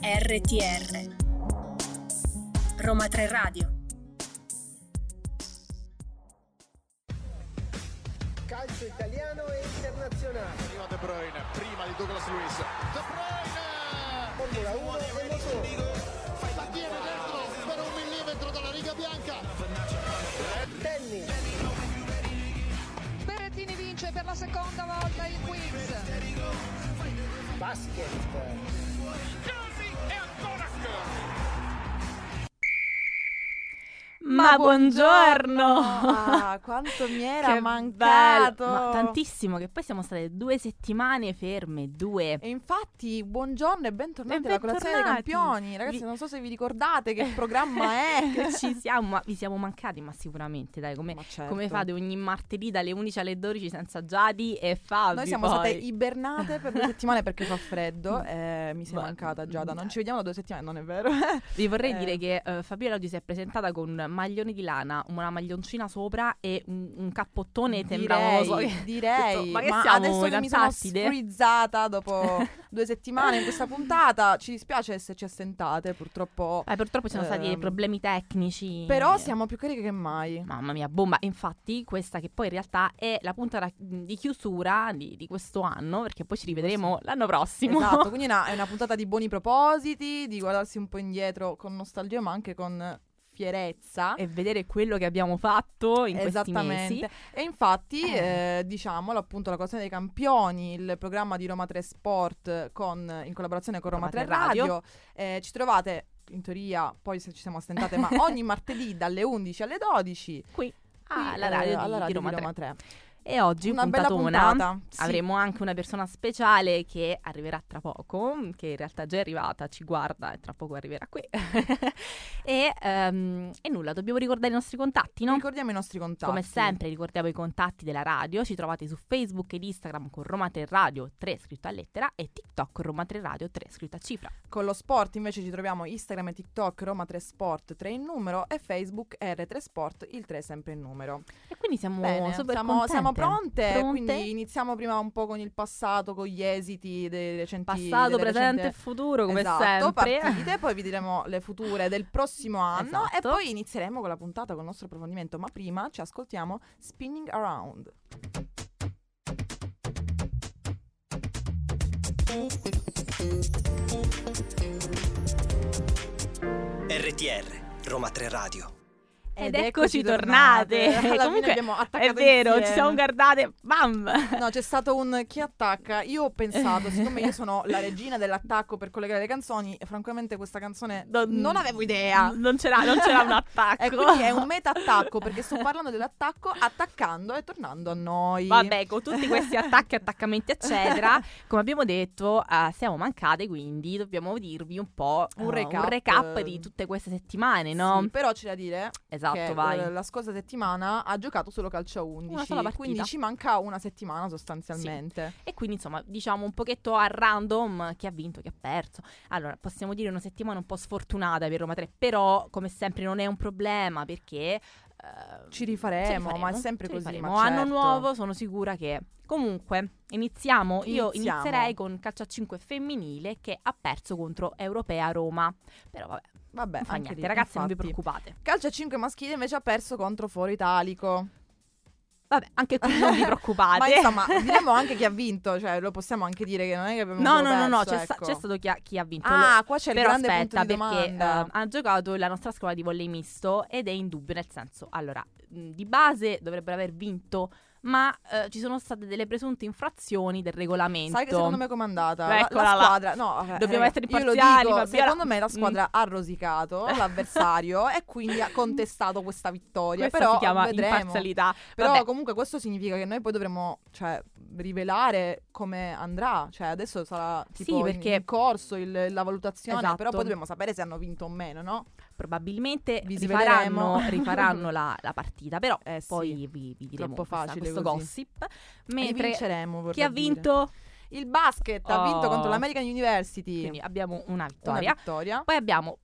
RTR Roma 3 Radio. Calcio italiano e internazionale. Arriva De Bruyne, prima di Douglas Luiz. De Bruyne! Formula 1 e motori. La tiene dentro per 1 millimetro dalla riga bianca. Tennis. Berrettini vince per la seconda volta il quiz. Basket. E ancora Ma buongiorno! Ah, quanto mi era Che mancato! bello. Ma tantissimo, che poi siamo state 2 settimane ferme, 2. E infatti, buongiorno e bentornati E alla colazione dei bentornati. campioni. Ragazzi, non so se vi ricordate che programma è. Che ci siamo, ma vi siamo mancati, ma sicuramente, dai, come, Ma certo. come fate ogni martedì dalle 11 alle 12 senza Giadi e Fabio? Noi siamo poi. state ibernate per 2 settimane perché fa freddo. Mi sei mancata, Giada. Non ci vediamo da 2 settimane, non è vero? Vi vorrei dire che Fabiola oggi si è presentata con maglione di lana, una maglioncina sopra e un cappottone. Sembrava, non so che- direi. Ma che Ma siamo adesso in che mi sono Antartide? sfrizzata dopo 2 settimane in questa puntata, ci dispiace esserci assentate, purtroppo. Purtroppo ci sono stati dei problemi tecnici. Però siamo più cariche che mai. Mamma mia, bomba. Infatti questa che poi in realtà è la puntata di chiusura di questo anno, perché poi ci rivedremo l'anno prossimo. Esatto, quindi è una puntata di buoni propositi, di guardarsi un po' indietro con nostalgia, ma anche con fierezza. E vedere quello che abbiamo fatto in questi mesi. Esattamente. E infatti, diciamolo appunto, la colazione dei campioni, il programma di Roma 3 Sport in collaborazione con Roma 3 Radio. Ci trovate, in teoria, poi se ci siamo assentate, ma ogni martedì dalle 11 alle 12 Qui alla radio, alla di radio Roma 3. 3. E oggi Una bella puntatona, puntata, sì. avremo anche una persona speciale che arriverà tra poco, che in realtà già è arrivata, ci guarda e tra poco arriverà qui. e nulla, dobbiamo ricordare i nostri contatti, no? Ricordiamo i nostri contatti. Come sempre ricordiamo i contatti della radio, ci trovate su Facebook ed Instagram con Roma 3 Radio 3 scritto a lettera e TikTok Roma 3 Radio 3 scritto a cifra. Con lo sport invece ci troviamo Instagram e TikTok Roma 3 Sport 3 in numero e Facebook R3 Sport il 3 sempre in numero. E quindi siamo Bene, super siamo contente. pronte, quindi iniziamo prima un po' con il passato, con gli esiti dei recenti Passato, presente e futuro, come sempre. partite, poi vi diremo le future del prossimo anno Esatto. e poi inizieremo con la puntata, con il nostro approfondimento, ma prima ci ascoltiamo Spinning Around. RTR Roma 3 Radio. Ed eccoci tornate. Alla fine Comunque abbiamo attaccato è vero, insieme. ci siamo guardate, bam! No, c'è stato un chi attacca. Io ho pensato, siccome io sono la regina dell'attacco per collegare le canzoni, e francamente questa canzone non avevo idea. Non c'era un attacco. E quindi è un meta attacco, perché sto parlando dell'attacco attaccando e tornando a noi. Vabbè, con tutti questi attacchi, attaccamenti, eccetera, come abbiamo detto, siamo mancate, quindi dobbiamo dirvi un po' Un un recap. recap di tutte queste settimane, no? Sì, però c'è da dire Esatto, che vai. la scorsa settimana ha giocato solo calcio a 11. Una sola partita. Quindi ci manca una settimana sostanzialmente. E quindi insomma diciamo un pochetto a random chi ha vinto, chi ha perso. Allora possiamo dire una settimana un po' sfortunata per Roma 3, però come sempre non è un problema perché Ci rifaremo, ma è sempre ci così. rifaremo. Ma Anno certo. nuovo, sono sicura che comunque iniziamo. Io Iniziamo. inizierei con calcio a 5 femminile che ha perso contro Europea Roma. Però Vabbè, non fa anche niente, lì, ragazzi, non vi infatti. preoccupate. Calcio a 5 maschile invece ha perso contro Foro Italico. Vabbè, anche qui non vi preoccupate. Ma insomma, diremo anche chi ha vinto, cioè lo possiamo anche dire che non è che abbiamo No, solo no, perso, ecco. c'è stato chi ha vinto. Qua c'è il Però grande aspetta, punto di perché domanda. ha giocato la nostra scuola di volley misto ed è in dubbio, nel senso, allora, di base dovrebbero aver vinto, ma ci sono state delle presunte infrazioni del regolamento. Sai che secondo me com'è andata? Eccola la là. squadra, no, Dobbiamo essere io lo imparziali, dico, Fabiola. secondo me la squadra ha rosicato l'avversario e quindi ha contestato questa vittoria. Questa Però si chiama vedremo. imparzialità. Però Vabbè. comunque questo significa che noi poi dovremo, cioè, rivelare come andrà. Cioè adesso sarà tipo Sì, perché in corso la valutazione, Esatto. però poi dobbiamo sapere se hanno vinto o meno, no? Probabilmente Vi rifaranno sveleremo. la partita, però Sì, poi vi diremo troppo facile questo così. gossip. E Mentre vinceremo, vorrei chi ha dire. vinto? Il basket ha vinto Oh. contro l'American University. Quindi abbiamo una Una vittoria. vittoria. Poi abbiamo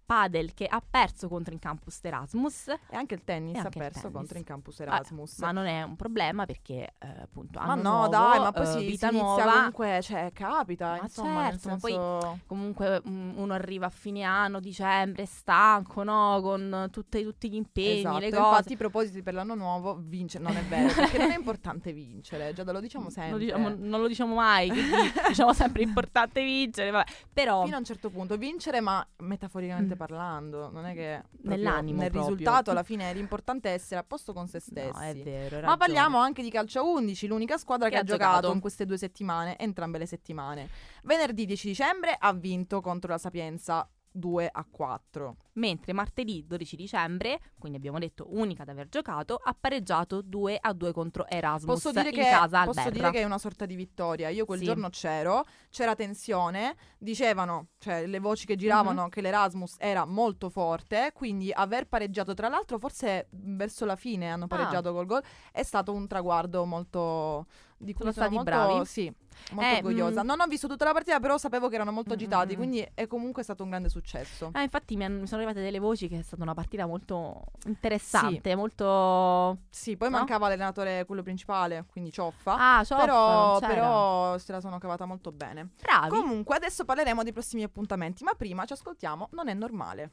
padel che ha perso contro In Campus Erasmus. E anche il tennis E ha anche il perso tennis. contro In Campus Erasmus. Ma non è un problema perché appunto Ma anno no, nuovo, dai, ma poi si vita inizia nuova. comunque, cioè capita, Ma insomma, nel certo, ma senso... Comunque uno arriva a fine anno, dicembre, stanco, no? Con tutti gli impegni, Esatto, le cose. infatti i propositi per l'anno nuovo vince, non è vero, perché non è importante vincere, già lo diciamo sempre. Non lo diciamo mai, quindi diciamo sempre importante vincere, vabbè. Però Fino a un certo punto vincere, ma metaforicamente parlando, non è che proprio Nell'animo nel proprio. risultato alla fine l'importante è essere a posto con se stessi. no, è vero, hai Ma ragione. parliamo anche di calcio a 11, l'unica squadra che ha giocato in queste 2 settimane, entrambe le settimane. Venerdì 10 dicembre ha vinto contro la Sapienza 2-4. Mentre martedì 12 dicembre, quindi abbiamo detto unica ad aver giocato, ha pareggiato 2-2 contro Erasmus Posso dire in casa al posso Berra. dire che è una sorta di vittoria. Io quel Sì. giorno c'era tensione, dicevano, cioè le voci che giravano che l'Erasmus era molto forte, quindi aver pareggiato, tra l'altro forse verso la fine hanno pareggiato col gol, è stato un traguardo molto di cui Sono sono stati molto, bravi? sì, molto orgogliosa. Non ho visto tutta la partita, però sapevo che erano molto agitati, mm. quindi è comunque stato un grande successo. Infatti mi sono arrivate delle voci che è stata una partita molto interessante, molto... Sì, poi no? mancava l'allenatore, quello principale, quindi Cioffa. Ah, Cioffa, non c'era. però se la sono cavata molto bene. Bravi. Comunque adesso parleremo dei prossimi appuntamenti, ma prima ci ascoltiamo Non è normale.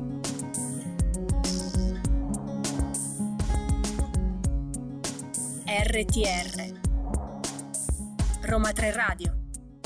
RTR Roma 3 Radio.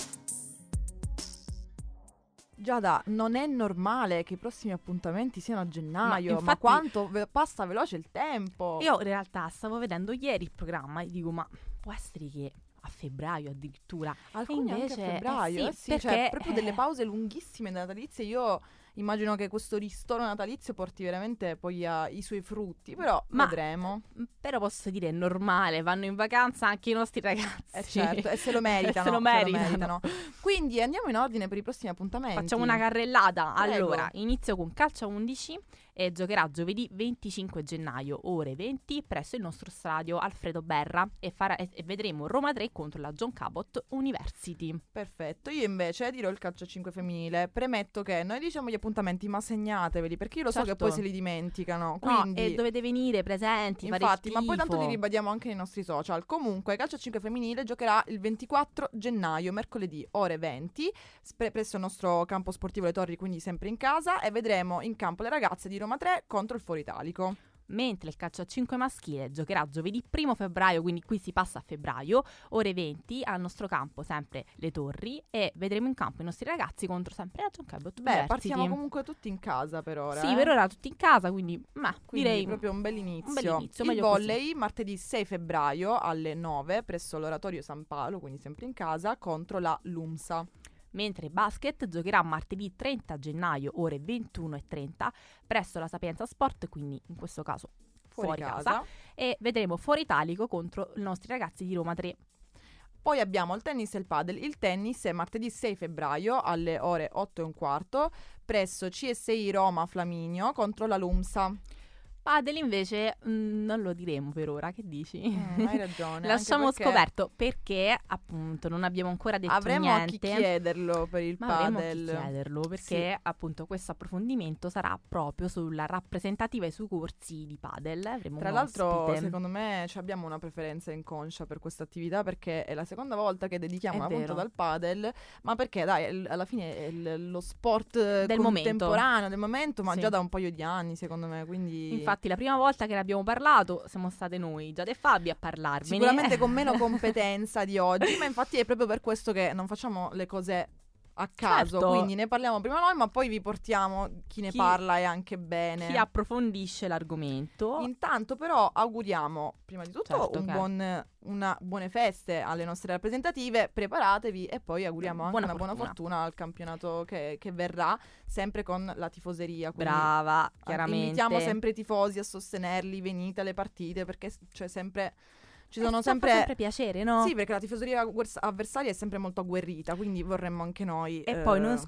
Giada, non è normale che i prossimi appuntamenti siano a gennaio, ma, infatti- quanto passa veloce il tempo. Io in realtà stavo vedendo ieri il programma e dico, ma può essere che a febbraio addirittura? Alcuni e invece, anche a febbraio, sì, cioè perché, proprio delle pause lunghissime natalizie. Io immagino che questo ristoro natalizio porti veramente poi i suoi frutti, però Ma- vedremo. Però posso dire, è normale, vanno in vacanza anche i nostri ragazzi. Certo, e se lo meritano. Se lo meritano. Quindi andiamo in ordine per i prossimi appuntamenti. Facciamo una carrellata. Prego. Allora, inizio con calcio a 11 e giocherà giovedì 25 gennaio, ore 20, presso il nostro stadio Alfredo Berra e vedremo Roma 3 contro la John Cabot University. Perfetto, io invece dirò il calcio a 5 femminile. Premetto che noi diciamo gli appuntamenti, ma segnateveli, perché io lo so che Certo. poi se li dimenticano. No, Quindi e dovete venire presenti, fare infatti, il ma poi tanto li tifo. ribadiamo anche nei nostri social. Comunque, calcio a 5 femminile giocherà il 24 gennaio, mercoledì, ore 20, presso il nostro campo sportivo Le Torri, quindi sempre in casa, e vedremo in campo le ragazze di Roma 3 contro il Foro Italico. Mentre il calcio a 5 maschile giocherà giovedì 1 febbraio, quindi qui si passa a febbraio, ore 20, al nostro campo sempre Le Torri, e vedremo in campo i nostri ragazzi contro sempre la John Cabot Beh, University. partiamo comunque tutti in casa per ora. Sì, per ora tutti in casa, quindi Quindi direi proprio un bel inizio. un bel inizio, Il meglio volley martedì 6 febbraio alle 9 presso l'Oratorio San Paolo, quindi sempre in casa, contro la Lumsa. Mentre basket giocherà martedì 30 gennaio ore 21:30 presso la Sapienza Sport, quindi in questo caso fuori casa, e vedremo Foro Italico contro i nostri ragazzi di Roma 3. Poi abbiamo il tennis e il padel. Il tennis è martedì 6 febbraio alle ore 8:15 presso CSI Roma Flaminio contro la Lumsa. Padel invece non lo diremo per ora, che dici? Hai ragione. Lasciamo anche perché scoperto perché appunto non abbiamo ancora detto avremo a niente. chi chiederlo per il Ma avremo a padel. chi chiederlo perché appunto questo approfondimento sarà proprio sulla rappresentativa e sui corsi di padel. Avremo Tra un l'altro, ospite. secondo me abbiamo una preferenza inconscia per questa attività, perché è la seconda volta che dedichiamo È una vero. puntata al padel, ma perché dai, alla fine è lo sport Del contemporaneo del momento, ma Sì. già da un paio di anni, secondo me, quindi Infatti la prima volta che ne abbiamo parlato siamo state noi, Giada e Fabi, a parlarvene. sicuramente con meno competenza di oggi, ma infatti è proprio per questo che non facciamo le cose a caso, Certo. quindi ne parliamo prima noi, ma poi vi portiamo chi ne parla e anche bene. chi approfondisce l'argomento. Intanto però auguriamo prima di tutto Certo che- una buone feste alle nostre rappresentative, preparatevi, e poi auguriamo anche Buona una buona fortuna al campionato che verrà, sempre con la tifoseria. Quindi Brava, chiaramente. invitiamo sempre i tifosi a sostenerli, venite alle partite, perché c'è sempre... Ci sono fa sempre piacere, no? Sì, perché la tifoseria avversaria è sempre molto agguerrita, quindi vorremmo anche noi... E poi non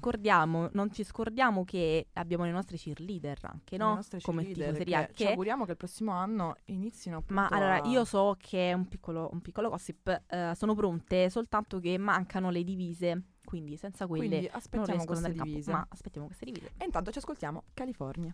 ci scordiamo che abbiamo le nostre cheerleader anche, le no? nostre Come cheerleader, tifoseria. che ci auguriamo che il prossimo anno inizino appunto Ma allora a- io so che è un piccolo gossip, sono pronte, soltanto che mancano le divise. quindi senza quelle Quindi non aspettiamo riescono queste dal campo. divise. Ma aspettiamo queste divise. E intanto ci ascoltiamo California.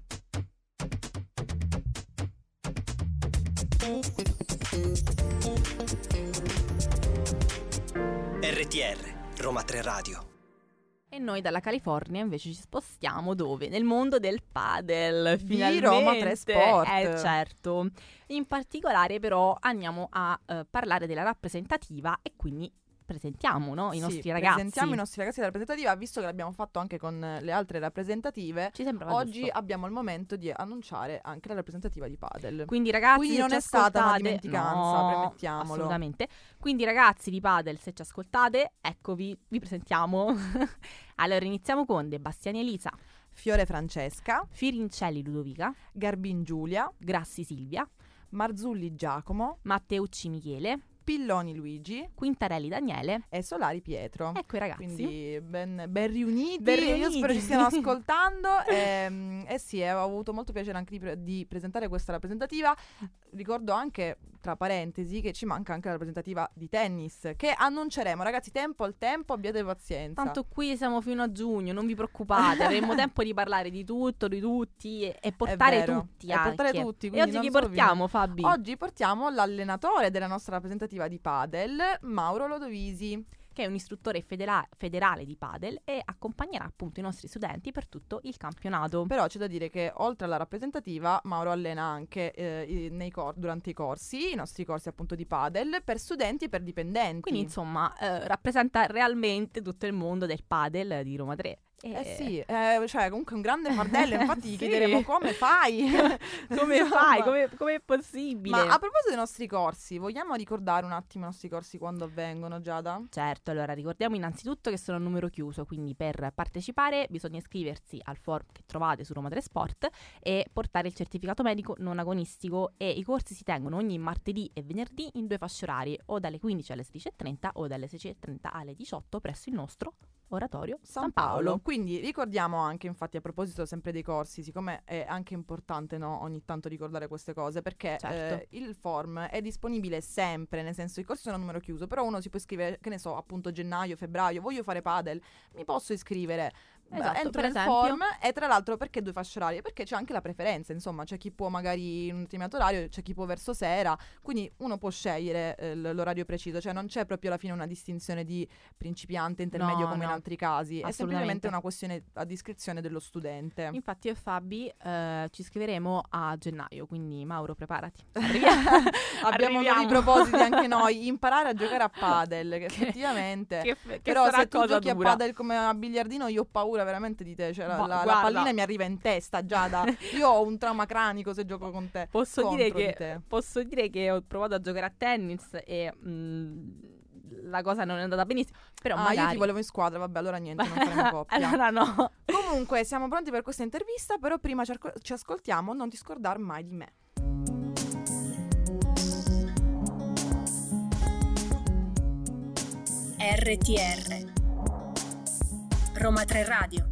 RTR, Roma 3 Radio. E noi dalla California invece ci spostiamo dove? Nel mondo del padel, Di finalmente. Roma 3 Sport. Certo. In particolare però andiamo a parlare della rappresentativa e quindi presentiamo, no? I nostri ragazzi. Presentiamo i nostri ragazzi della rappresentativa, visto che l'abbiamo fatto anche con le altre rappresentative. Ci sembrava Oggi giusto. abbiamo il momento di annunciare anche la rappresentativa di padel. Quindi ragazzi, Quindi se non ci è stata una ascoltate- dimenticanza, no, premettiamolo. assolutamente. Quindi ragazzi di padel, se ci ascoltate, eccovi, vi presentiamo. Allora iniziamo con De Bastiani Elisa, Fiore Francesca, Firincelli Ludovica, Garbin Giulia, Grassi Silvia, Marzulli Giacomo, Matteucci Michele, Pilloni Luigi Quintarelli Daniele. e Solari Pietro. Ecco i ragazzi. Quindi ben riuniti. Ben Io riuniti. spero ci stiano ascoltando. Sì, ho avuto molto piacere anche di presentare questa rappresentativa. Ricordo anche, tra parentesi, che ci manca anche la rappresentativa di tennis, che annunceremo. Ragazzi, tempo al tempo, abbiate pazienza. Tanto qui siamo fino a giugno, non vi preoccupate, avremo tempo di parlare di tutto, di tutti e portare vero, tutti e anche. portare tutti, E quindi oggi non chi solo portiamo, Fabi? Oggi portiamo l'allenatore della nostra rappresentativa di padel, Mauro Lodovisi. Che è un istruttore federale di padel e accompagnerà appunto i nostri studenti per tutto il campionato. Però c'è da dire che oltre alla rappresentativa Mauro allena anche durante i nostri corsi appunto di padel per studenti e per dipendenti. Quindi insomma rappresenta realmente tutto il mondo del padel di Roma 3. Sì, cioè comunque un grande fardello, infatti gli Sì. chiederemo come fai? Come fai? Come è possibile? Ma a proposito dei nostri corsi, vogliamo ricordare un attimo i nostri corsi quando avvengono, Giada? Certo, allora ricordiamo innanzitutto che sono a numero chiuso, quindi per partecipare bisogna iscriversi al form che trovate su Roma 3 Sport e portare il certificato medico non agonistico, e i corsi si tengono ogni martedì e venerdì in 2 fasce orarie, o dalle 15 alle 16:30 o dalle 16:30 alle 18 presso il nostro oratorio San Paolo. Quindi ricordiamo anche, infatti, a proposito sempre dei corsi, siccome è anche importante, no, ogni tanto ricordare queste cose, perché Certo. il form è disponibile sempre, nel senso i corsi sono a numero chiuso, però uno si può iscrivere, che ne so, appunto gennaio, febbraio, voglio fare padel, mi posso iscrivere. Esatto, Entro per nel esempio. form, e tra l'altro perché 2 fasce orarie? Perché c'è anche la preferenza, insomma, c'è chi può magari in un determinato orario, c'è chi può verso sera, quindi uno può scegliere l'orario preciso, cioè non c'è proprio alla fine una distinzione di principiante, intermedio No, come in no, altri casi, è semplicemente assolutamente. una questione a discrezione dello studente. Infatti io e Fabi ci iscriveremo a gennaio, quindi Mauro preparati. Abbiamo Arriviamo. nuovi propositi anche noi, imparare a giocare a padel, che effettivamente... che Però sarà se tu cosa giochi dura. a padel come a biliardino, io ho paura veramente di te, cioè la Guarda. pallina mi arriva in testa, Giada. Io ho un trauma cranico se gioco con te. Posso dire contro di te. che ho provato a giocare a tennis e la cosa non è andata benissimo, però magari... Io ti volevo in squadra, vabbè, allora niente, non faremo coppia. Allora no. Comunque, siamo pronti per questa intervista, però prima ci ascoltiamo Non ti scordar mai di me. RTR Roma 3 Radio.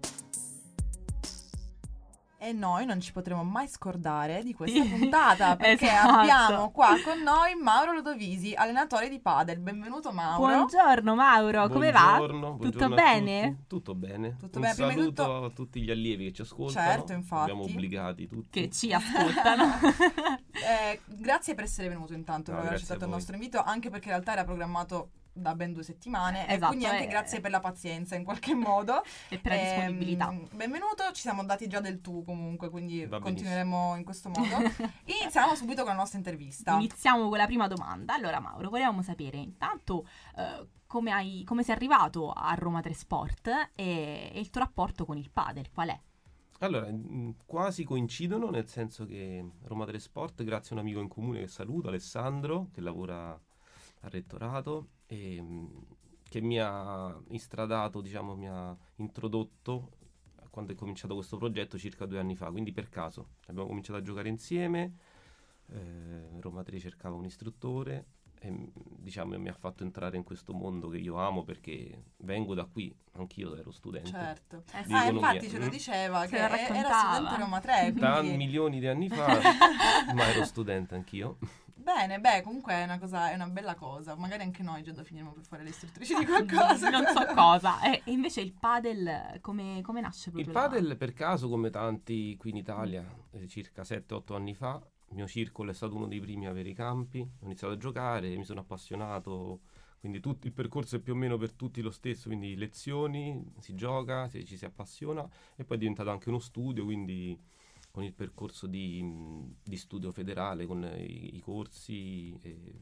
E noi non ci potremo mai scordare di questa puntata, perché Esatto. abbiamo qua con noi Mauro Lodovisi, allenatore di padel. Benvenuto Mauro. Buongiorno Mauro, come va? Buongiorno Tutto a bene? tutti. Tutto bene. Tutto Un bene. Prima di saluto tutto- a tutti gli allievi che ci ascoltano. Certo, infatti. Abbiamo obbligati tutti. Che ci ascoltano. Grazie per essere venuto intanto, No, per aver grazie accettato a il voi. nostro invito, anche perché in realtà era programmato da ben 2 settimane, e Esatto, quindi anche grazie per la pazienza in qualche modo. E per la disponibilità. Benvenuto, ci siamo dati già del tu comunque, quindi Va continueremo in questo modo. Iniziamo subito con la nostra intervista. Iniziamo con la prima domanda. Allora Mauro, volevamo sapere intanto come sei arrivato a Roma 3 Sport e il tuo rapporto con il padel, qual è? Allora, quasi coincidono, nel senso che Roma 3 Sport, grazie a un amico in comune che saluto, Alessandro, che lavora al rettorato, e che mi ha istradato, diciamo, mi ha introdotto quando è cominciato questo progetto circa 2 anni fa, quindi per caso abbiamo cominciato a giocare insieme. Roma 3 cercava un istruttore e, diciamo, mi ha fatto entrare in questo mondo che io amo, perché vengo da qui, anch'io ero studente. Certo. Di Ah, economia. infatti ce lo diceva, Se che lo era raccontava. studente Roma 3, Da quindi... milioni di anni fa, ma ero studente anch'io. Bene, comunque è una bella cosa. Magari anche noi già finiremo per fare le istruttrici di qualcosa. Non so cosa. E invece il padel, come nasce proprio? Il padel per caso, come tanti qui in Italia, circa 7-8 anni fa, il mio circolo è stato uno dei primi a avere i campi, ho iniziato a giocare, mi sono appassionato, quindi il percorso è più o meno per tutti lo stesso, quindi lezioni, si gioca, ci si appassiona e poi è diventato anche uno studio, quindi con il percorso di studio federale, con i corsi,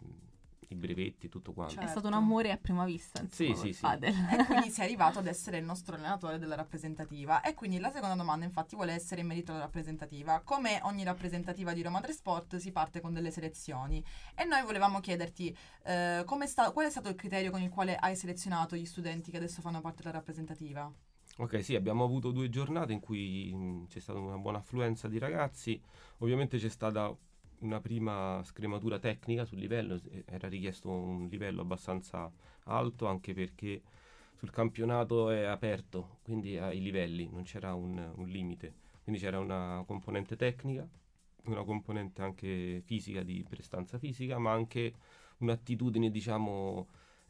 i brevetti, tutto quanto. Certo. È stato un amore a prima vista, insomma, Sì. padel. E quindi sei arrivato ad essere il nostro allenatore della rappresentativa. E quindi la seconda domanda infatti vuole essere in merito alla rappresentativa. Come ogni rappresentativa di Roma 3 Sport si parte con delle selezioni e noi volevamo chiederti qual è stato il criterio con il quale hai selezionato gli studenti che adesso fanno parte della rappresentativa? Ok, sì, abbiamo avuto 2 giornate in cui c'è stata una buona affluenza di ragazzi. Ovviamente c'è stata una prima scrematura tecnica sul livello, era richiesto un livello abbastanza alto, anche perché sul campionato è aperto, quindi ai livelli, non c'era un limite. Quindi c'era una componente tecnica, una componente anche fisica, di prestanza fisica, ma anche un'attitudine, diciamo,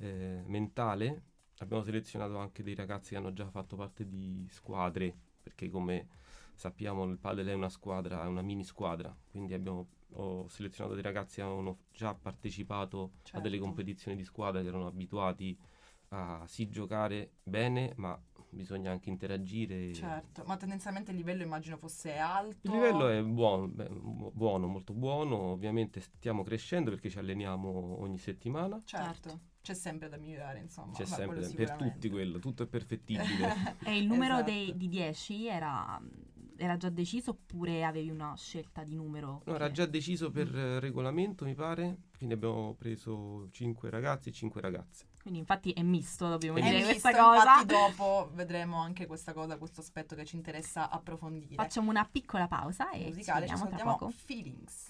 mentale. Abbiamo selezionato anche dei ragazzi che hanno già fatto parte di squadre, perché come sappiamo il padel è una squadra, è una mini squadra, quindi ho selezionato dei ragazzi che avevano già partecipato a delle competizioni di squadra, che erano abituati a sì giocare bene, ma bisogna anche interagire. Certo, ma tendenzialmente il livello immagino fosse alto. Il livello è buono, molto buono, ovviamente stiamo crescendo perché ci alleniamo ogni settimana. Certo. C'è sempre da migliorare, insomma. C'è sempre, per tutti quello, tutto è perfettibile. E il numero di 10 era già deciso oppure avevi una scelta di numero? No, era già deciso per regolamento, mi pare, quindi abbiamo preso 5 ragazzi e 5 ragazze. Quindi infatti è misto, dobbiamo È dire misto, questa cosa. Infatti dopo vedremo anche questa cosa, questo aspetto che ci interessa approfondire. Facciamo una piccola pausa e musicale, ci ci vediamo tra ascoltiamo poco. Feelings.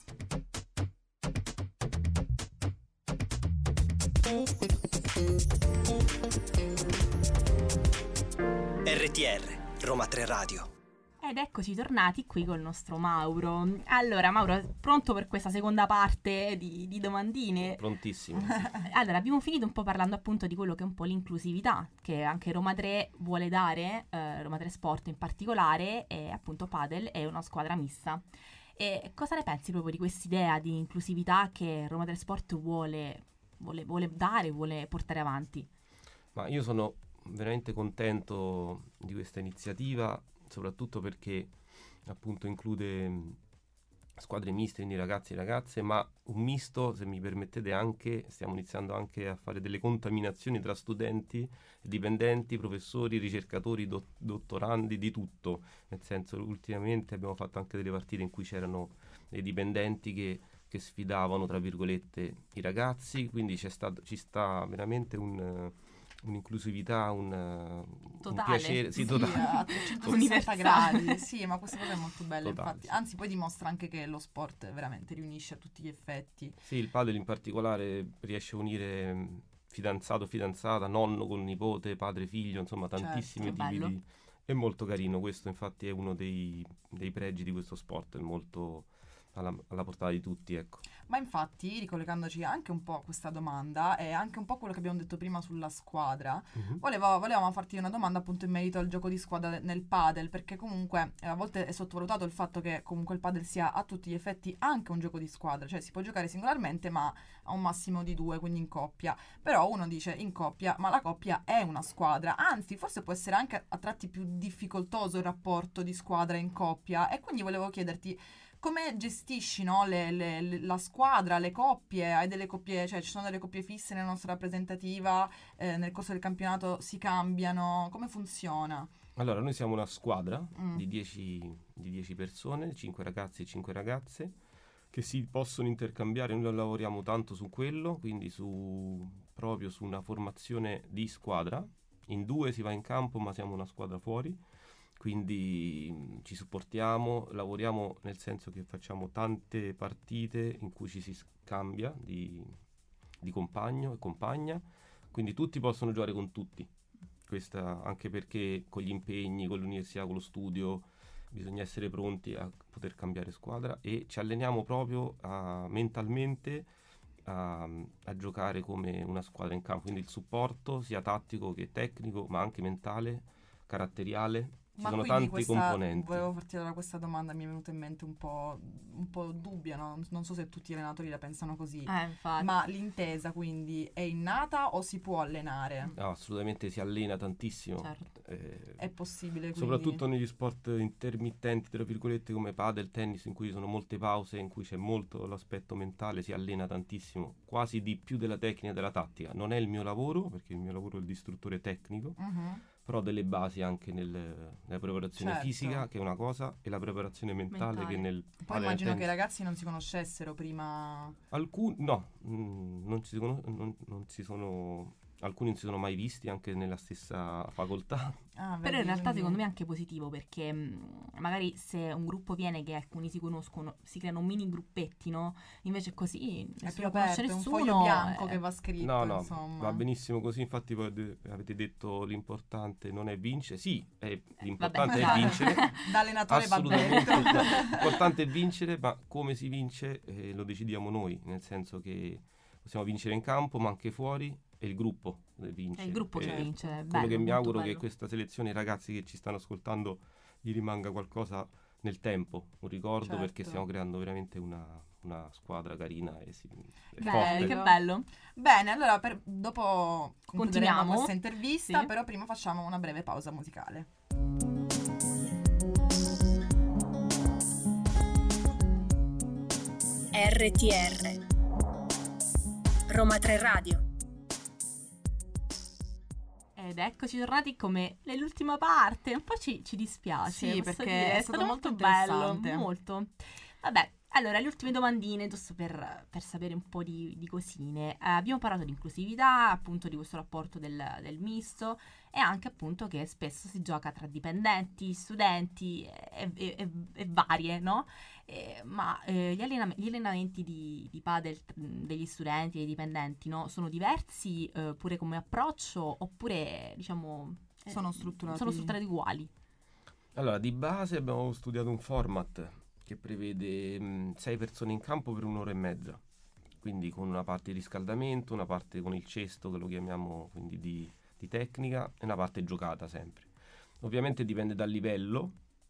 RTR, Roma 3 Radio. Ed eccoci tornati qui col nostro Mauro. Allora, Mauro, pronto per questa seconda parte di domandine? Prontissimo. Allora, abbiamo finito un po' parlando appunto di quello che è un po' l'inclusività che anche Roma 3 vuole dare, Roma 3 Sport in particolare, e appunto padel è una squadra mista. E cosa ne pensi proprio di quest'idea di inclusività che Roma 3 Sport vuole dare, vuole portare avanti? Ma io sono veramente contento di questa iniziativa, soprattutto perché appunto include squadre miste, quindi ragazzi e ragazze, ma un misto, se mi permettete, anche stiamo iniziando anche a fare delle contaminazioni tra studenti, dipendenti, professori, ricercatori, dottorandi, di tutto. Nel senso, ultimamente abbiamo fatto anche delle partite in cui c'erano dei dipendenti che sfidavano, tra virgolette, i ragazzi, quindi ci sta veramente un'inclusività, un piacere, sì, totale. A 360 gradi. Sì, ma questa cosa è molto bella, Totale, infatti. sì. Anzi, poi dimostra anche che lo sport veramente riunisce a tutti gli effetti. Sì, il padel in particolare riesce a unire fidanzato, fidanzata, nonno con nipote, padre, figlio, insomma tantissimi Certo, tipi bello. di... È molto carino, questo infatti è uno dei pregi di questo sport, è molto alla portata di tutti, ecco. Ma infatti, ricollegandoci anche un po' a questa domanda e anche un po' quello che abbiamo detto prima sulla squadra, volevamo farti una domanda appunto in merito al gioco di squadra nel padel, perché comunque a volte è sottovalutato il fatto che comunque il padel sia a tutti gli effetti anche un gioco di squadra, cioè si può giocare singolarmente ma a un massimo di 2, quindi in coppia. Però uno dice in coppia, ma la coppia è una squadra, anzi forse può essere anche a tratti più difficoltoso il rapporto di squadra in coppia, e quindi volevo chiederti come gestisci, no, la squadra, le coppie? Hai delle coppie, cioè ci sono delle coppie fisse nella nostra rappresentativa, nel corso del campionato si cambiano, come funziona? Allora, noi siamo una squadra di 10 persone, 5 ragazzi e 5 ragazze, che si possono intercambiare. Noi lavoriamo tanto su quello, quindi proprio su una formazione di squadra. In 2 si va in campo, ma siamo una squadra fuori. Quindi ci supportiamo, lavoriamo nel senso che facciamo tante partite in cui ci si scambia di compagno e compagna, quindi tutti possono giocare con tutti. Questa anche perché con gli impegni, con l'università, con lo studio, bisogna essere pronti a poter cambiare squadra e ci alleniamo proprio mentalmente a giocare come una squadra in campo, quindi il supporto sia tattico che tecnico, ma anche mentale, caratteriale. Ci sono tanti componenti. Volevo farti allora questa domanda, mi è venuta in mente un po' dubbia, no? Non so se tutti gli allenatori la pensano così, ma l'intesa quindi è innata o si può allenare? No, assolutamente si allena tantissimo. Certo. È possibile quindi? Soprattutto negli sport intermittenti, tra virgolette, come padel, tennis, in cui ci sono molte pause, in cui c'è molto l'aspetto mentale, si allena tantissimo, quasi di più della tecnica e della tattica. Non è il mio lavoro, perché il mio lavoro è il di istruttore tecnico, però delle basi anche nella preparazione fisica, che è una cosa, e la preparazione mentale. Che nel poi immagino che i ragazzi non si conoscessero prima. Alcuni non si sono alcuni non si sono mai visti anche nella stessa facoltà. Però in realtà secondo me è anche positivo, perché magari se un gruppo viene che alcuni si conoscono, si creano mini gruppetti, no? Invece così è più aperto, è un foglio bianco che va scritto. No, insomma. Va benissimo così. Infatti poi avete detto l'importante non è vincere. Sì, l'importante è vincere. Da allenatore va bene. L'importante è vincere, ma come si vince lo decidiamo noi, nel senso che possiamo vincere in campo, ma anche fuori. È il gruppo che vince. È il gruppo che vince. Bello, quello che mi auguro che questa selezione, i ragazzi che ci stanno ascoltando, gli rimanga qualcosa nel tempo, un ricordo, perché stiamo creando veramente una squadra carina e forte. Che bello. Bene, allora dopo continuiamo questa intervista, però prima facciamo una breve pausa musicale. RTR Roma 3 Radio. Ed eccoci tornati come nell'ultima parte. Un po' ci dispiace. Sì, perché è stato molto bello. Molto. Vabbè, allora, le ultime domandine, giusto per sapere un po' di cosine. Abbiamo parlato di inclusività, appunto di questo rapporto del misto, e anche appunto che spesso si gioca tra dipendenti, studenti e varie, no? Ma gli allenamenti di padel degli studenti e dei dipendenti, no? Sono diversi pure come approccio, oppure diciamo sono strutturati uguali? Allora, di base abbiamo studiato un format che prevede 6 persone in campo per 1 ora e mezza, quindi con una parte di riscaldamento, una parte con il cesto, che lo chiamiamo quindi di tecnica, e una parte giocata sempre. Ovviamente dipende dal livello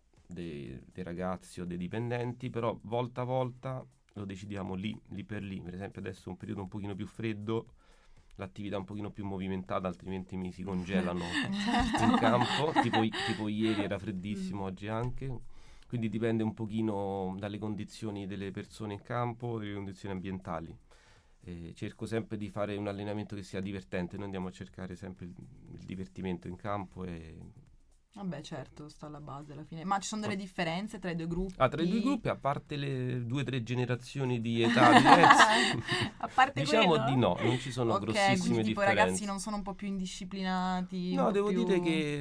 dei ragazzi o dei dipendenti, però volta a volta lo decidiamo lì per lì. Per esempio adesso è un periodo un pochino più freddo, l'attività un pochino più movimentata, altrimenti mi si congelano in campo, tipo ieri era freddissimo, oggi anche. Quindi dipende un pochino dalle condizioni delle persone in campo, dalle condizioni ambientali. Cerco sempre di fare un allenamento che sia divertente, noi andiamo a cercare sempre il divertimento in campo e... Vabbè, certo, sta alla base alla fine. Ma ci sono delle differenze tra i due gruppi? Tra i due gruppi, a parte le 2 o 3 generazioni di età diverse, a parte diciamo quello? di no, non ci sono grossissime quindi tipo differenze. I ragazzi non sono un po' più indisciplinati? No, devo dire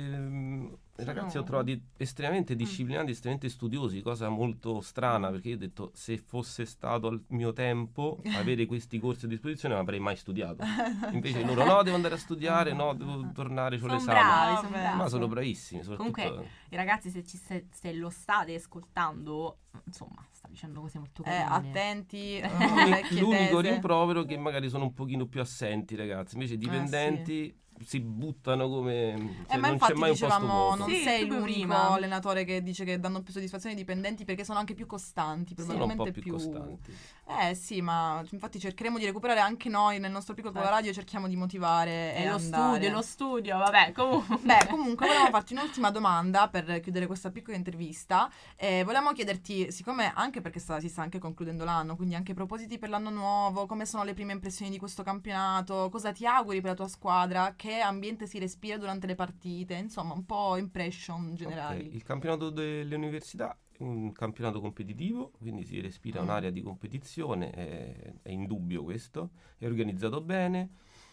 che i ragazzi ho trovati estremamente disciplinati, estremamente studiosi, cosa molto strana, perché io ho detto, se fosse stato al mio tempo avere questi corsi a disposizione non avrei mai studiato. Invece loro no, devo andare a studiare, no, devo tornare, c'ho l'esame. Sono bravi. Ma sono bravissimi. Comunque i ragazzi, se lo state ascoltando, insomma, sta dicendo cose molto carine. Attenti. L'unico rimprovero è che magari sono un pochino più assenti, ragazzi. Invece i dipendenti si buttano come ma non infatti c'è mai un posto vuoto. non sei l'unico allenatore che dice che danno più soddisfazione ai dipendenti, perché sono anche più costanti, probabilmente sono un po' più costanti. Sì, ma infatti cercheremo di recuperare anche noi nel nostro piccolo radio, cerchiamo di motivare e lo studio, vabbè, comunque. Comunque volevamo farti un'ultima domanda per chiudere questa piccola intervista. Volevamo chiederti, siccome anche perché si sta anche concludendo l'anno, quindi anche propositi per l'anno nuovo, come sono le prime impressioni di questo campionato, cosa ti auguri per la tua squadra, che ambiente si respira durante le partite, insomma un po' impression generali. Il campionato delle università è un campionato competitivo, quindi si respira un'area di competizione, è indubbio questo, è organizzato bene,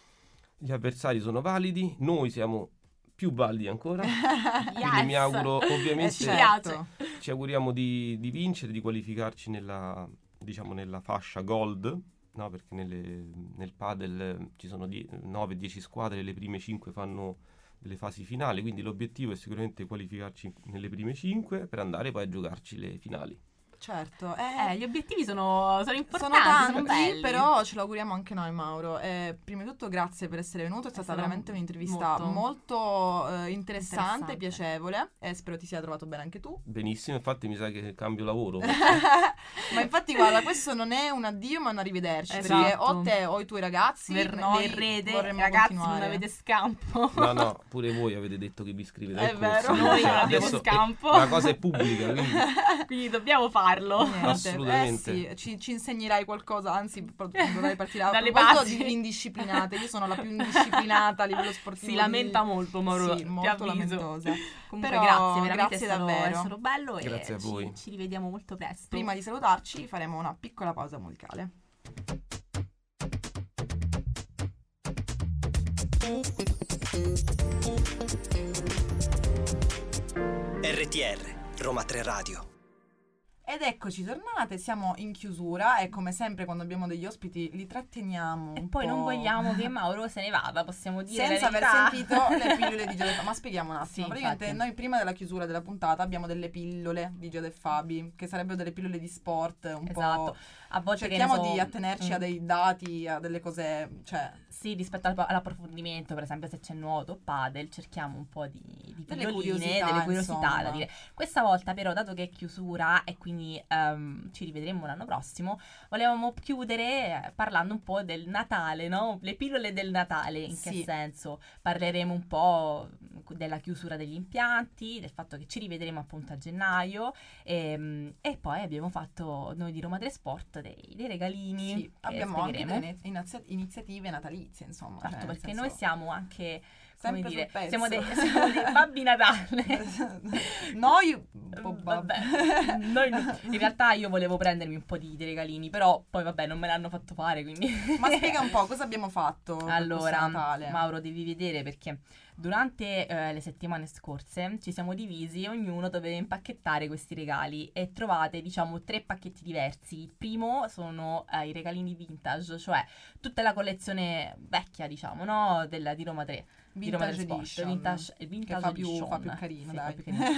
gli avversari sono validi, noi siamo più validi ancora, quindi mi auguro, ovviamente ci auguriamo di vincere, di qualificarci nella fascia gold, no, perché nel padel ci sono 9-10 squadre, le prime 5 fanno delle fasi finali, quindi l'obiettivo è sicuramente qualificarci nelle prime 5 per andare poi a giocarci le finali. Certo, Gli obiettivi sono importanti, sono tanti, sono belli. però ce lo auguriamo anche noi, Mauro. Prima di tutto grazie per essere venuto, è stata veramente un'intervista molto interessante, piacevole, e spero ti sia trovato bene anche tu. Benissimo, infatti mi sa che cambio lavoro. Ma infatti guarda, questo non è un addio ma un arrivederci, perché o te o i tuoi ragazzi noi verrete, vorremmo ragazzi, continuare. non avete scampo. No, pure voi avete detto che vi iscrivete al È corso. vero. Noi non abbiamo adesso scampo. la cosa è pubblica, quindi Quindi dobbiamo farlo. Niente. assolutamente. Ci insegnerai qualcosa, anzi dovrai partire a Dalle proposito basi. di indisciplinate. Io sono la più indisciplinata a livello sportivo. Si lamenta molto, Mauro. Sì, ti molto avviso. lamentosa. Comunque Però, grazie, veramente grazie è stato, davvero. è stato bello Grazie e a voi. ci rivediamo molto presto. Prima di salutarci faremo una piccola pausa musicale. RTR, Roma 3 Radio. Ed eccoci tornate, siamo in chiusura e come sempre quando abbiamo degli ospiti li tratteniamo E un poi po'. non vogliamo che Mauro se ne vada, possiamo dire Senza la aver verità. sentito le pillole di Giada e Fabi. Ma spieghiamo un attimo. Sì, Praticamente infatti. noi prima della chiusura della puntata abbiamo delle pillole di Giada e Fabi, che sarebbero delle pillole di sport un Esatto. po'. A volte Cerchiamo che ne so, di attenerci a dei dati, a delle cose, cioè sì, rispetto all'approfondimento, per esempio se c'è nuoto o padel, cerchiamo un po' di Delle pilloline, curiosità, delle curiosità insomma. da dire. Questa volta però, dato che è chiusura e quindi ci rivedremo l'anno prossimo, volevamo chiudere parlando un po' del Natale, no? Le pillole del Natale, in Sì. che senso? Parleremo un po' della chiusura degli impianti, del fatto che ci rivedremo appunto a gennaio e poi abbiamo fatto noi di Roma 3 Sport dei regalini. sì, che abbiamo anche spiegheremo. delle iniziative natalizie, insomma. Certo, cioè, nel perché senso- noi siamo anche, come Sempre dire, sul pezzo. siamo dei babbi Natale. Noi un po' Vabbè, noi in realtà io volevo prendermi un po' di regalini, però poi vabbè non me l'hanno fatto fare, quindi... Ma spiega un po' cosa abbiamo fatto per questo Allora, Natale. Mauro, devi vedere perché durante le settimane scorse ci siamo divisi e ognuno doveva impacchettare questi regali e trovate, diciamo, 3 pacchetti diversi. Il primo sono i regalini vintage, cioè tutta la collezione vecchia, diciamo, no? di Roma 3. Di Roma 3 Vintage Sport, edition, vintage che fa più edition. carino, Sì, dai. fa più carino.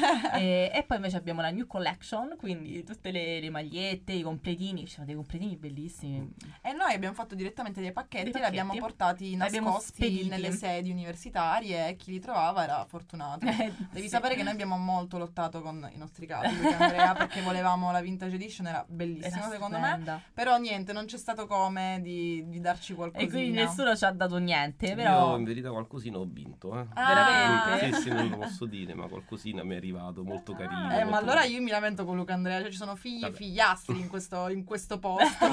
E poi invece abbiamo la New Collection, quindi tutte le magliette, i completini, ci sono dei completini bellissimi. E noi abbiamo fatto direttamente dei pacchetti, Dei li abbiamo pacchetti. portati Li abbiamo nascosti spediti. nelle sedi universitarie e chi li trovava era fortunato. Devi Sì. sapere che noi abbiamo molto lottato con i nostri capi, io e Andrea, perché volevamo la Vintage Edition, era bellissima Era secondo stupenda. me. Però niente, non c'è stato come di darci qualcosina. E quindi nessuno ci ha dato niente, Io però... in verità qualcosina ho vinto, Veramente? Sì, non lo posso dire, ma qualcosina mi è arrivato, molto carino. ma molto- allora io mi lamento con Luca Andrea, cioè ci sono figli e Vabbè. figliastri in questo posto.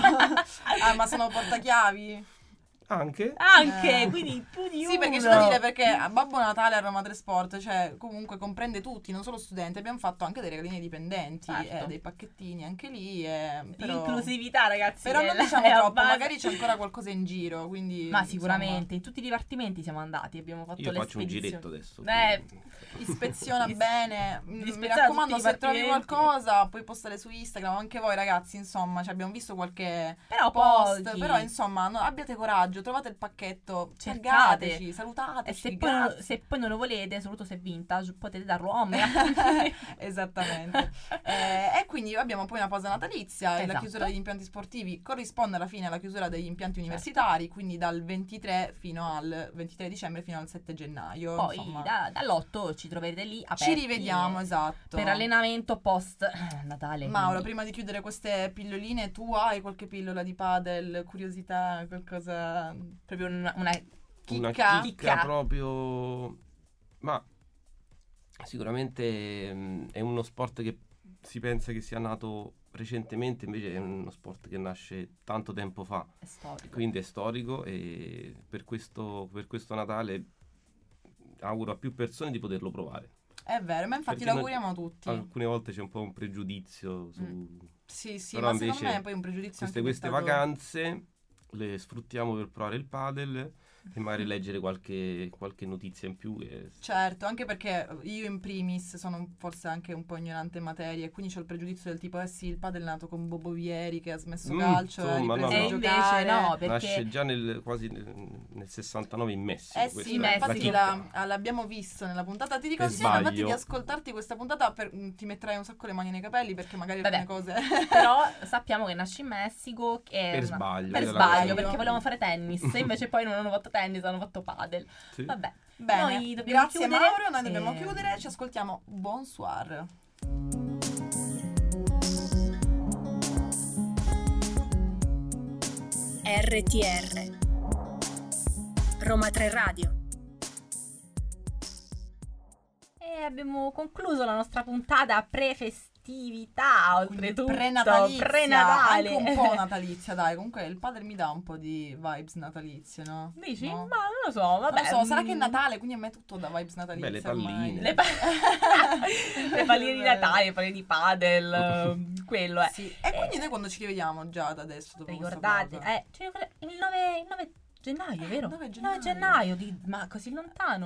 Ma sono portachiavi? Anche? Anche, quindi più di uno. Sì, perché c'è da dire, perché a Babbo Natale a Roma 3 Sport, cioè comunque comprende tutti, non solo studenti, abbiamo fatto anche dei regalini ai dipendenti, Certo. dei pacchettini anche lì, però... Inclusività, ragazzi. Però non è diciamo la troppo, base. magari c'è ancora qualcosa in giro, quindi... Ma sicuramente, in tutti i dipartimenti siamo andati, abbiamo fatto Io le faccio un spedizioni. giretto adesso. Ispeziona bene, mi Ispeziona raccomando, tutti i se trovi dipartimenti. qualcosa puoi postare su Instagram, anche voi ragazzi, insomma, cioè, abbiamo visto qualche Però post, pochi. però insomma abbiate coraggio, trovate il pacchetto, Cercate. cercateci, salutateci, E se grazie. se poi non lo volete, soprattutto se è vintage, potete darlo a me. Esattamente. E quindi abbiamo poi una pausa natalizia e la Esatto. chiusura degli impianti sportivi corrisponde alla fine alla chiusura degli impianti universitari, quindi dal 23 fino al 23 dicembre fino al 7 gennaio. Poi insomma. dall'8 ci troverete lì aperti. Ci rivediamo, esatto. Per allenamento post Natale. Mauro, quindi. prima di chiudere queste pilloline, tu hai qualche pillola di padel, curiosità, qualcosa... Proprio una Una Chicca? chicca proprio... Ma sicuramente è uno sport che si pensa che sia nato recentemente, invece è uno sport che nasce tanto tempo fa, è storico. quindi è storico e per questo Natale auguro a più persone di poterlo provare. È vero, ma infatti Perché lo auguriamo a tutti. Alcune volte c'è un po' un pregiudizio su... Sì, sì, Però ma secondo invece me è poi un pregiudizio anche queste dettato- vacanze le sfruttiamo per provare il padel e magari leggere qualche notizia in più. Certo, anche perché io in primis sono forse anche un po' ignorante in materia e quindi ho il pregiudizio del tipo sì, il padel è nato con Bobo Vieri che ha smesso calcio e ha ripreso a e giocare. invece no, perché nasce già quasi nel 69 in Messico. Sì, ma infatti l'abbiamo visto nella puntata. Ti consiglio infatti di ascoltarti questa puntata, ti metterai un sacco le mani nei capelli perché magari alcune cose. Però sappiamo che nasce in Messico per sbaglio perché volevano fare tennis e invece poi non hanno fatto tennis, hanno fatto padel. Sì. Vabbè, bene, noi dobbiamo grazie chiudere. Mauro, noi dobbiamo chiudere, ci ascoltiamo Bonsoir. RTR Roma 3 Radio. E abbiamo concluso la nostra puntata pre-festività, oltretutto Prenatalizia, anche un po' natalizia, dai. Comunque il padre mi dà un po' di vibes natalizie, no? Dici? No? Ma non lo so, vabbè. Non lo so, sarà che è Natale, quindi a me tutto da vibes natalizie. Beh, le palline. Le palline di Natale, le palline di padel, quello è. Sì. E quindi noi quando ci rivediamo già da adesso? Ricordate, il 9 gennaio, vero? 9 gennaio, ma così lontano,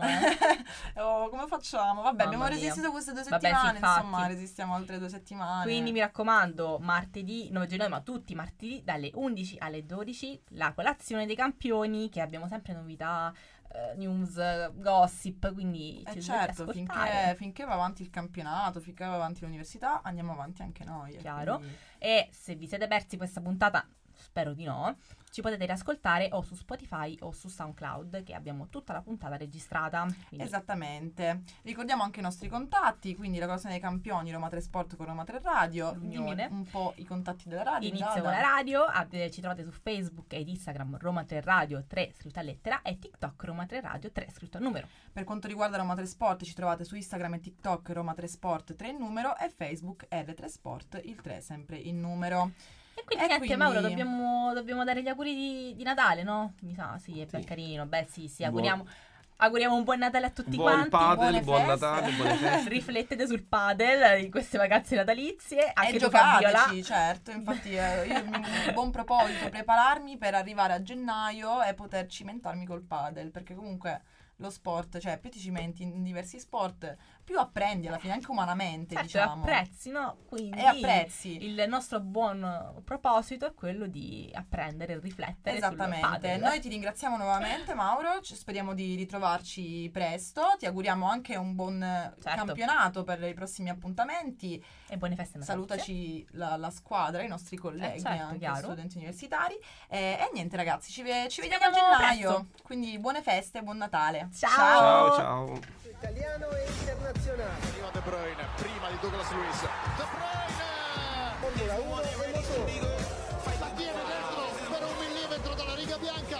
come facciamo? Vabbè, abbiamo resistito queste 2 settimane, insomma, resistiamo altre 2 settimane. Quindi mi raccomando, martedì 9 gennaio, ma tutti i martedì dalle 11 alle 12, la colazione dei campioni, che abbiamo sempre novità, news, gossip, quindi ci certo, finché va avanti il campionato, finché va avanti l'università, andiamo avanti anche noi. Chiaro. Quindi... E se vi siete persi questa puntata, spero di no, ci potete riascoltare o su Spotify o su SoundCloud, che abbiamo tutta la puntata registrata. Quindi... Esattamente. Ricordiamo anche i nostri contatti, quindi la colazione dei campioni, Roma 3 Sport con Roma 3 Radio. Dimmi un po' i contatti della radio. Inizio con la radio, ci trovate su Facebook ed Instagram Roma 3 Radio 3 scritto a lettera e TikTok Roma 3 Radio 3 scritto a numero. Per quanto riguarda Roma 3 Sport ci trovate su Instagram e TikTok Roma 3 Sport 3 in numero e Facebook R3 Sport il 3 sempre in numero. E quindi Mauro, dobbiamo dare gli auguri di Natale, no? Mi sa, sì, è ben carino. Beh, sì, auguriamo un buon Natale a tutti quanti. Buon Natale, buone feste. Riflettete sul padel in queste vacanze natalizie. Anche e giocateci, certo. Infatti io buon proposito prepararmi per arrivare a gennaio e poter cimentarmi col padel, perché comunque lo sport, cioè più ti cimenti in diversi sport, più apprendi alla fine, anche umanamente, certo, diciamo. Apprezzi, no? Quindi e apprezzi. Il nostro buon proposito è quello di apprendere e riflettere. Esattamente. Noi ti ringraziamo nuovamente, Mauro, speriamo di ritrovarci presto, ti auguriamo anche un buon campionato per i prossimi appuntamenti. E buone feste natalizie. Salutaci la squadra, i nostri colleghi, anche chiaro. Studenti universitari. E niente ragazzi, ci vediamo a gennaio. Presto. Quindi buone feste, buon Natale. Ciao. Italiano e internazionale. Arriva De Bruyne, prima di Douglas Luiz. De Bruyne! Formula 1 e motori. La tiene dentro per 1 millimetro dalla riga bianca.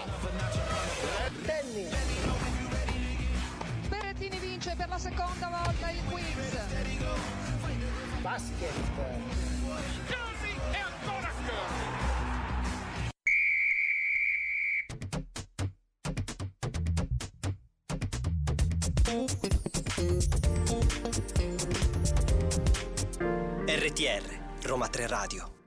Tennis. Berrettini vince per la seconda volta il quiz. Basket. Casi e ancora RTR Roma 3 Radio.